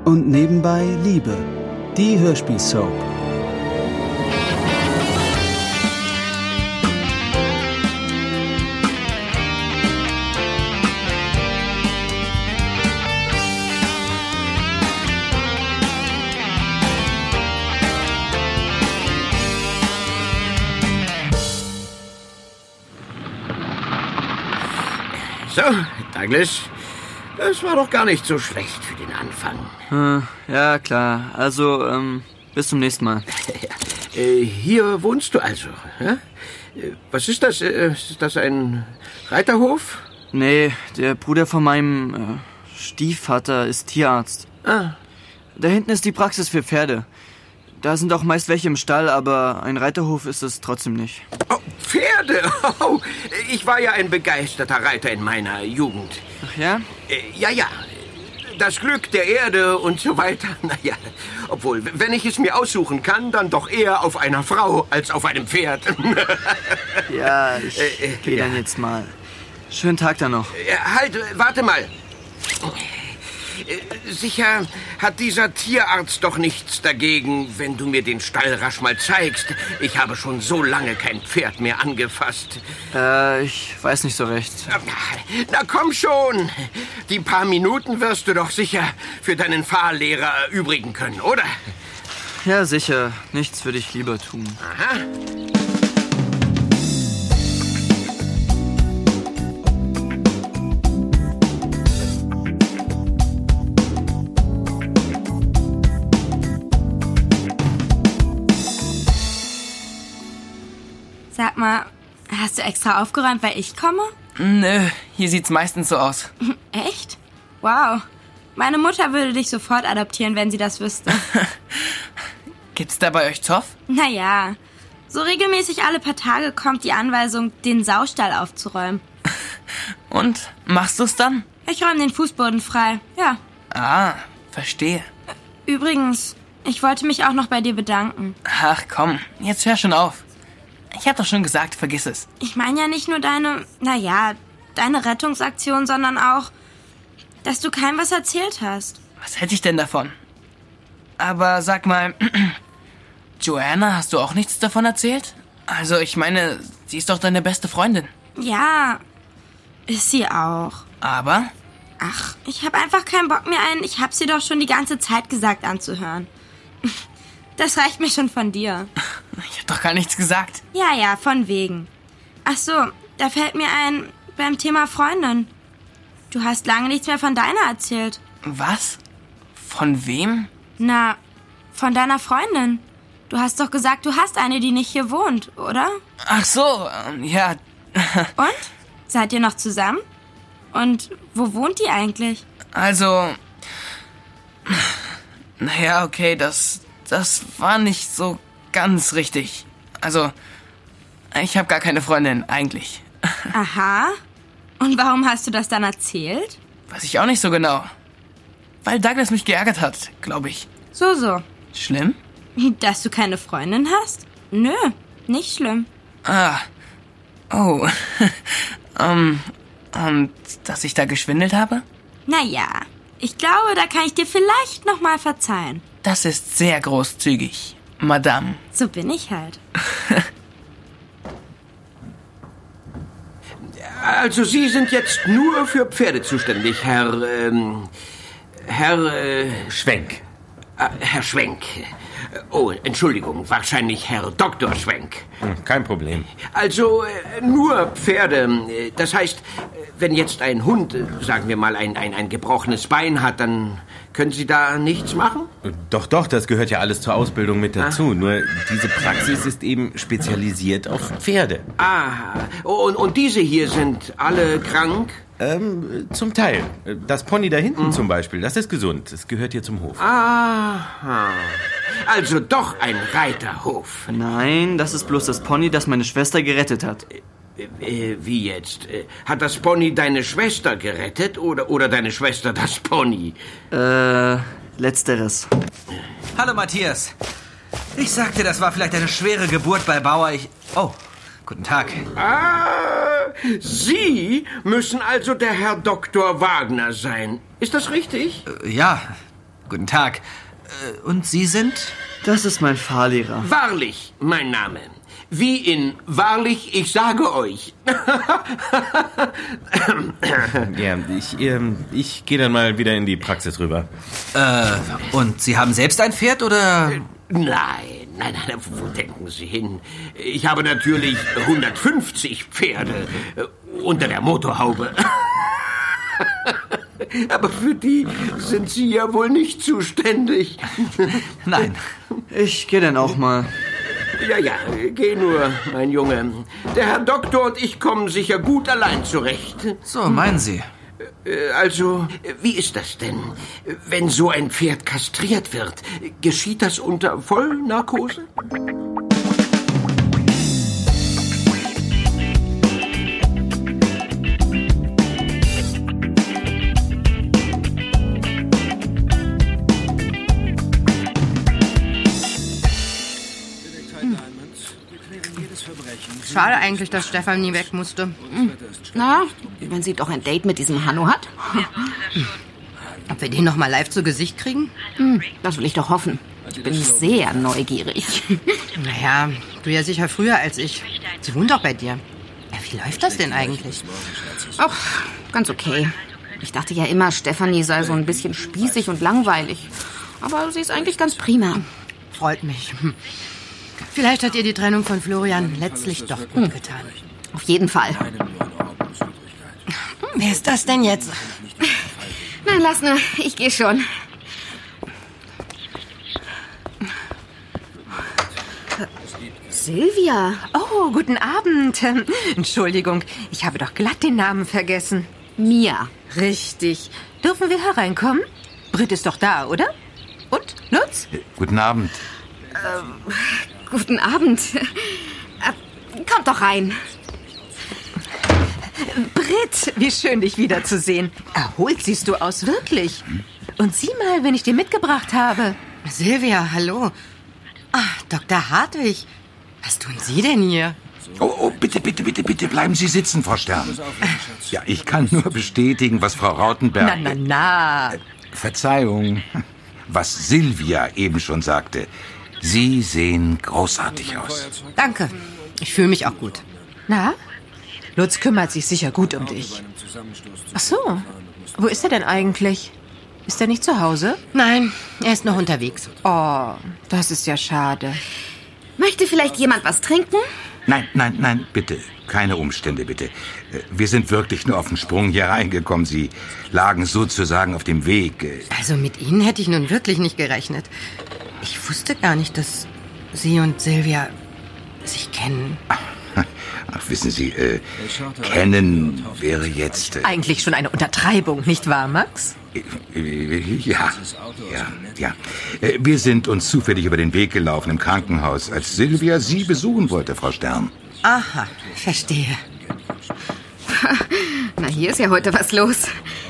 Und nebenbei Liebe, die Hörspielsoap. So, Douglas, das war doch gar nicht so schlecht für den Anfang. Ja, klar. Also, bis zum nächsten Mal. Hier wohnst du also, ja? Was ist das? Ist das ein Reiterhof? Nee, der Bruder von meinem Stiefvater ist Tierarzt. Ah. Da hinten ist die Praxis für Pferde. Da sind auch meist welche im Stall, aber ein Reiterhof ist es trotzdem nicht. Oh, Pferde! Oh, ich war ja ein begeisterter Reiter in meiner Jugend. Ach ja? Ja. Das Glück der Erde und so weiter. Naja, obwohl, wenn ich es mir aussuchen kann, dann doch eher auf einer Frau als auf einem Pferd. Ja, ich gehe dann jetzt mal. Schönen Tag dann noch. Halt, warte mal. Sicher hat dieser Tierarzt doch nichts dagegen, wenn du mir den Stall rasch mal zeigst. Ich habe schon so lange kein Pferd mehr angefasst. Ich weiß nicht so recht. Na komm schon. Die paar Minuten wirst du doch sicher für deinen Fahrlehrer erübrigen können, oder? Ja, sicher. Nichts würde ich lieber tun. Aha. Sag mal, hast du extra aufgeräumt, weil ich komme? Nö, hier sieht's meistens so aus. Echt? Wow. Meine Mutter würde dich sofort adoptieren, wenn sie das wüsste. Gibt's da bei euch Zoff? Naja, so regelmäßig alle paar Tage kommt die Anweisung, den Saustall aufzuräumen. Und, machst du's dann? Ich räume den Fußboden frei, ja. Ah, verstehe. Übrigens, ich wollte mich auch noch bei dir bedanken. Ach komm, jetzt hör schon auf. Ich hab doch schon gesagt, vergiss es. Ich meine ja nicht nur deine Rettungsaktion, sondern auch, dass du keinem was erzählt hast. Was hätte ich denn davon? Aber sag mal, Joanna, hast du auch nichts davon erzählt? Also, ich meine, sie ist doch deine beste Freundin. Ja, ist sie auch. Aber? Ach, ich habe einfach keinen Bock mehr ich hab's dir doch schon die ganze Zeit gesagt anzuhören. Das reicht mir schon von dir. Ich hab doch gar nichts gesagt. Ja, von wegen. Ach so, da fällt mir ein, beim Thema Freundin. Du hast lange nichts mehr von deiner erzählt. Was? Von wem? Na, von deiner Freundin. Du hast doch gesagt, du hast eine, die nicht hier wohnt, oder? Ach so, ja. Und? Seid ihr noch zusammen? Und wo wohnt die eigentlich? Also, naja, okay, das war nicht so ganz richtig. Also, ich habe gar keine Freundin, eigentlich. Aha. Und warum hast du das dann erzählt? Weiß ich auch nicht so genau. Weil Douglas mich geärgert hat, glaube ich. So. Schlimm? Dass du keine Freundin hast? Nö, nicht schlimm. Ah. Oh. Und dass ich da geschwindelt habe? Naja, ich glaube, da kann ich dir vielleicht noch mal verzeihen. Das ist sehr großzügig, Madame. So bin ich halt. Also, Sie sind jetzt nur für Pferde zuständig, Herr Schwenk. Herr Schwenk. Oh, Entschuldigung, wahrscheinlich Herr Dr. Schwenk. Kein Problem. Also, nur Pferde. Das heißt, wenn jetzt ein Hund, sagen wir mal, ein gebrochenes Bein hat, dann können Sie da nichts machen? Doch, das gehört ja alles zur Ausbildung mit dazu. Nur diese Praxis ist eben spezialisiert auf Pferde. Ah, und diese hier sind alle krank? Zum Teil. Das Pony da hinten zum Beispiel, das ist gesund. Es gehört hier zum Hof. Aha. Also doch ein Reiterhof. Nein, das ist bloß das Pony, das meine Schwester gerettet hat. Wie jetzt? Hat das Pony deine Schwester gerettet oder deine Schwester das Pony? Letzteres. Hallo Matthias. Ich sagte, das war vielleicht eine schwere Geburt bei Bauer. Oh, guten Tag. Sie müssen also der Herr Dr. Wagner sein. Ist das richtig? Ja, Guten Tag. Und Sie sind? Das ist mein Fahrlehrer. Wahrlich, mein Name. Wie in wahrlich, ich sage euch. Ja, ich gehe dann mal wieder in die Praxis rüber. Und Sie haben selbst ein Pferd, oder? Nein, wo denken Sie hin? Ich habe natürlich 150 Pferde unter der Motorhaube. Aber für die sind Sie ja wohl nicht zuständig. Nein. Ich gehe dann auch mal. Ja, geh nur, mein Junge. Der Herr Doktor und ich kommen sicher gut allein zurecht. So, meinen Sie? Also, wie ist das denn? Wenn so ein Pferd kastriert wird, geschieht das unter Vollnarkose? Schade eigentlich, dass Stefan nie weg musste. Na, wenn sie doch ein Date mit diesem Hanno hat. Ob wir den noch mal live zu Gesicht kriegen? Das will ich doch hoffen. Ich bin sehr neugierig. Naja, du ja sicher früher als ich. Sie wohnt doch bei dir. Ja, wie läuft das denn eigentlich? Ach, ganz okay. Ich dachte ja immer, Stefanie sei so ein bisschen spießig und langweilig. Aber sie ist eigentlich ganz prima. Freut mich. Vielleicht hat ihr die Trennung von Florian letztlich doch gut getan. Auf jeden Fall. Wer ist das denn jetzt? Nein, lass nur. Ich gehe schon. Silvia. Oh, guten Abend. Entschuldigung, ich habe doch glatt den Namen vergessen. Mia. Richtig. Dürfen wir hereinkommen? Britt ist doch da, oder? Und? Lutz? Guten Abend. Guten Abend. Kommt doch rein. Britt, wie schön, dich wiederzusehen. Erholt siehst du aus, wirklich. Und sieh mal, wen ich dir mitgebracht habe. Silvia, hallo. Dr. Hartwig. Was tun Sie denn hier? Oh, bitte bleiben Sie sitzen, Frau Stern. Ja, ich kann nur bestätigen, was Frau Rautenberg... Na. Verzeihung, was Silvia eben schon sagte. Sie sehen großartig aus. Danke. Ich fühle mich auch gut. Na? Lutz kümmert sich sicher gut um dich. Ach so. Wo ist er denn eigentlich? Ist er nicht zu Hause? Nein, er ist noch unterwegs. Oh, das ist ja schade. Möchte vielleicht jemand was trinken? Nein, bitte. Keine Umstände, bitte. Wir sind wirklich nur auf den Sprung hier reingekommen. Sie lagen sozusagen auf dem Weg. Also mit Ihnen hätte ich nun wirklich nicht gerechnet. Ich wusste gar nicht, dass Sie und Silvia sich kennen. Ach, wissen Sie, kennen wäre jetzt... Eigentlich schon eine Untertreibung, nicht wahr, Max? Ja. Wir sind uns zufällig über den Weg gelaufen im Krankenhaus, als Silvia Sie besuchen wollte, Frau Stern. Aha, verstehe. Na, hier ist ja heute was los.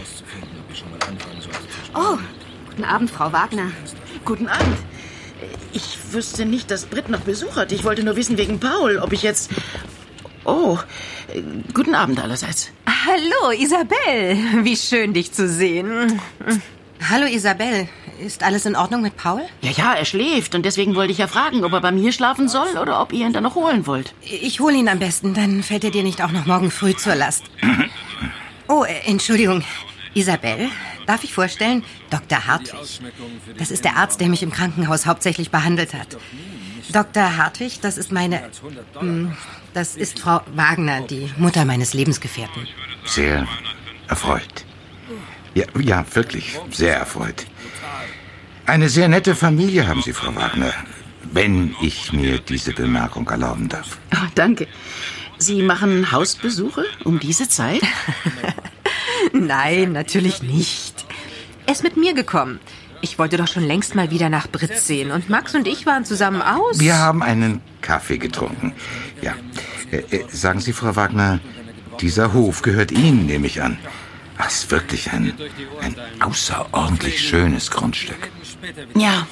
Oh, guten Abend, Frau Wagner. Guten Abend. Ich wüsste nicht, dass Britt noch Besuch hat. Ich wollte nur wissen wegen Paul, ob ich jetzt... Oh, guten Abend allerseits. Hallo, Isabel. Wie schön, dich zu sehen. Hallo, Isabel. Ist alles in Ordnung mit Paul? Ja, er schläft. Und deswegen wollte ich ja fragen, ob er bei mir schlafen soll oder ob ihr ihn dann noch holen wollt. Ich hole ihn am besten. Dann fällt er dir nicht auch noch morgen früh zur Last. Oh, Entschuldigung. Isabel, darf ich vorstellen? Dr. Hartwig. Das ist der Arzt, der mich im Krankenhaus hauptsächlich behandelt hat. Dr. Hartwig, das ist das ist Frau Wagner, die Mutter meines Lebensgefährten. Sehr erfreut. Ja, wirklich, sehr erfreut. Eine sehr nette Familie haben Sie, Frau Wagner, wenn ich mir diese Bemerkung erlauben darf. Oh, danke. Sie machen Hausbesuche um diese Zeit? Nein, natürlich nicht. Er ist mit mir gekommen. Ich wollte doch schon längst mal wieder nach Britz sehen. Und Max und ich waren zusammen aus. Wir haben einen Kaffee getrunken. Ja. Sagen Sie, Frau Wagner, dieser Hof gehört Ihnen, nehme ich an. Das ist wirklich ein außerordentlich schönes Grundstück. Ja.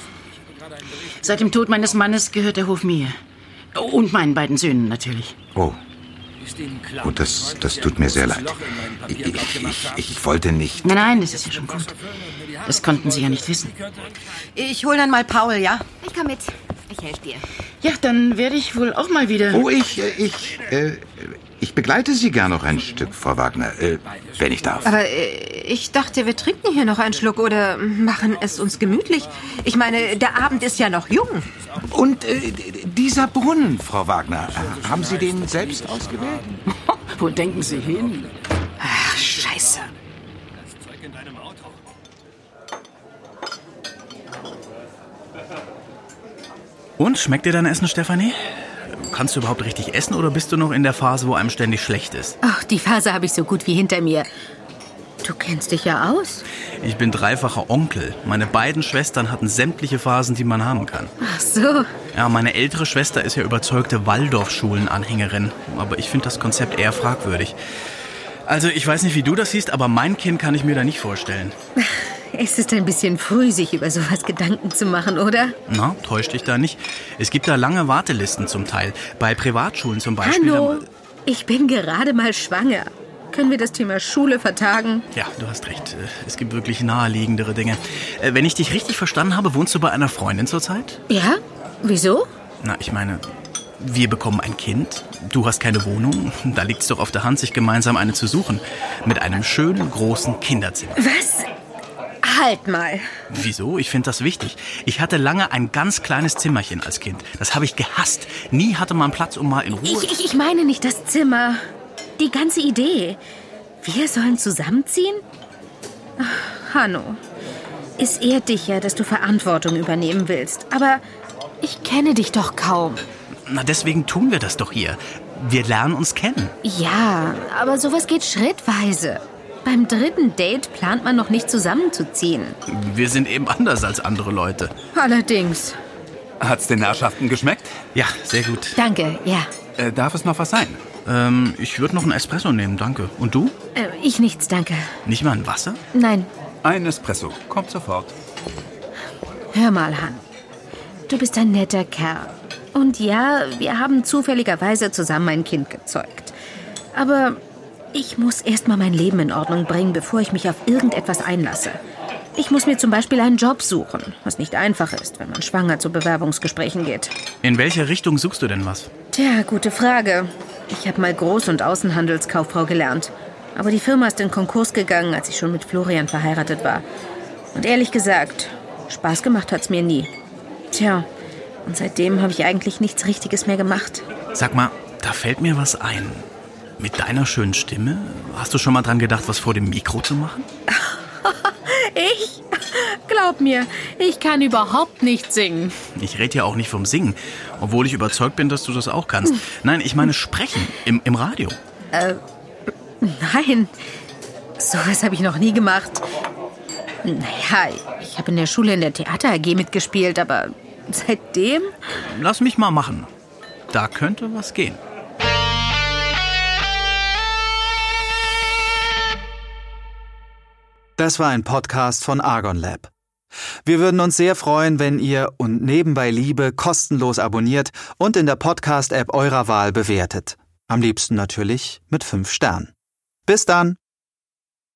Seit dem Tod meines Mannes gehört der Hof mir. Und meinen beiden Söhnen natürlich. Oh. Oh, das tut mir sehr leid. Ich wollte nicht... Nein, das ist ja schon gut. Das konnten Sie ja nicht wissen. Ich hol dann mal Paul, ja? Ich komm mit. Ich helfe dir. Ja, dann werde ich wohl auch mal wieder... Oh, ich begleite Sie gern noch ein Stück, Frau Wagner, wenn ich darf. Aber ich dachte, wir trinken hier noch einen Schluck oder machen es uns gemütlich. Ich meine, der Abend ist ja noch jung. Und dieser Brunnen, Frau Wagner, haben Sie den selbst ausgewählt? Wo denken Sie hin? Ach, Scheiße. Und, schmeckt dir dein Essen, Stefanie? Kannst du überhaupt richtig essen oder bist du noch in der Phase, wo einem ständig schlecht ist? Ach, die Phase habe ich so gut wie hinter mir. Du kennst dich ja aus. Ich bin dreifacher Onkel. Meine beiden Schwestern hatten sämtliche Phasen, die man haben kann. Ach so. Ja, meine ältere Schwester ist ja überzeugte Waldorfschulen-Anhängerin. Aber ich finde das Konzept eher fragwürdig. Also, ich weiß nicht, wie du das siehst, aber mein Kind kann ich mir da nicht vorstellen. Es ist ein bisschen früh, sich über sowas Gedanken zu machen, oder? Na, täuscht dich da nicht. Es gibt da lange Wartelisten zum Teil. Bei Privatschulen zum Beispiel. Hallo, ich bin gerade mal schwanger. Können wir das Thema Schule vertagen? Ja, du hast recht. Es gibt wirklich naheliegendere Dinge. Wenn ich dich richtig verstanden habe, wohnst du bei einer Freundin zurzeit? Ja? Wieso? Na, ich meine, wir bekommen ein Kind. Du hast keine Wohnung. Da liegt's doch auf der Hand, sich gemeinsam eine zu suchen. Mit einem schönen, großen Kinderzimmer. Was? Halt mal. Wieso? Ich finde das wichtig. Ich hatte lange ein ganz kleines Zimmerchen als Kind. Das habe ich gehasst. Nie hatte man Platz, um mal in Ruhe... Ich meine nicht das Zimmer. Die ganze Idee. Wir sollen zusammenziehen? Ach, Hanno, es ehrt dich ja, dass du Verantwortung übernehmen willst. Aber ich kenne dich doch kaum. Na, deswegen tun wir das doch hier. Wir lernen uns kennen. Ja, aber sowas geht schrittweise. Beim 3. Date plant man noch nicht zusammenzuziehen. Wir sind eben anders als andere Leute. Allerdings. Hat's den Herrschaften geschmeckt? Ja, sehr gut. Danke, ja. Darf es noch was sein? Ich würde noch einen Espresso nehmen, danke. Und du? Ich nichts, danke. Nicht mal ein Wasser? Nein. Ein Espresso. Kommt sofort. Hör mal, Han. Du bist ein netter Kerl. Und ja, wir haben zufälligerweise zusammen ein Kind gezeugt. Aber ich muss erst mal mein Leben in Ordnung bringen, bevor ich mich auf irgendetwas einlasse. Ich muss mir zum Beispiel einen Job suchen, was nicht einfach ist, wenn man schwanger zu Bewerbungsgesprächen geht. In welche Richtung suchst du denn was? Tja, gute Frage. Ich habe mal Groß- und Außenhandelskauffrau gelernt. Aber die Firma ist in Konkurs gegangen, als ich schon mit Florian verheiratet war. Und ehrlich gesagt, Spaß gemacht hat's mir nie. Tja, und seitdem habe ich eigentlich nichts Richtiges mehr gemacht. Sag mal, da fällt mir was ein. Mit deiner schönen Stimme? Hast du schon mal dran gedacht, was vor dem Mikro zu machen? Ich? Glaub mir, ich kann überhaupt nicht singen. Ich rede ja auch nicht vom Singen, obwohl ich überzeugt bin, dass du das auch kannst. Nein, ich meine sprechen, im Radio. Nein, sowas habe ich noch nie gemacht. Naja, ich habe in der Schule in der Theater AG mitgespielt, aber seitdem... Lass mich mal machen. Da könnte was gehen. Das war ein Podcast von Argon Lab. Wir würden uns sehr freuen, wenn ihr und Nebenbei Liebe kostenlos abonniert und in der Podcast-App eurer Wahl bewertet. Am liebsten natürlich mit 5 Sternen. Bis dann!